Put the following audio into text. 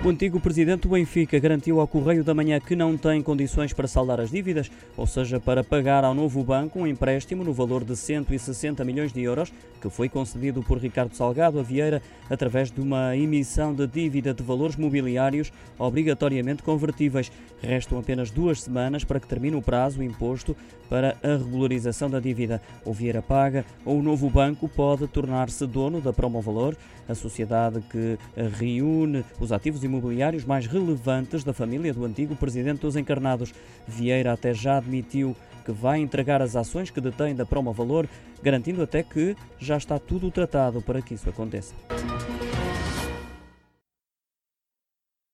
O antigo presidente do Benfica garantiu ao Correio da Manhã que não tem condições para saldar as dívidas, ou seja, para pagar ao novo banco um empréstimo no valor de 160 milhões de euros, que foi concedido por Ricardo Salgado a Vieira através de uma emissão de dívida de valores mobiliários obrigatoriamente convertíveis. Restam apenas 2 semanas para que termine o prazo imposto para a regularização da dívida. Ou Vieira paga, ou o novo banco pode tornar-se dono da Promovalor, a sociedade que reúne os ativos imobiliários mais relevantes da família do antigo presidente dos Encarnados. Vieira até já admitiu que vai entregar as ações que detém da Promovalor, garantindo até que já está tudo tratado para que isso aconteça.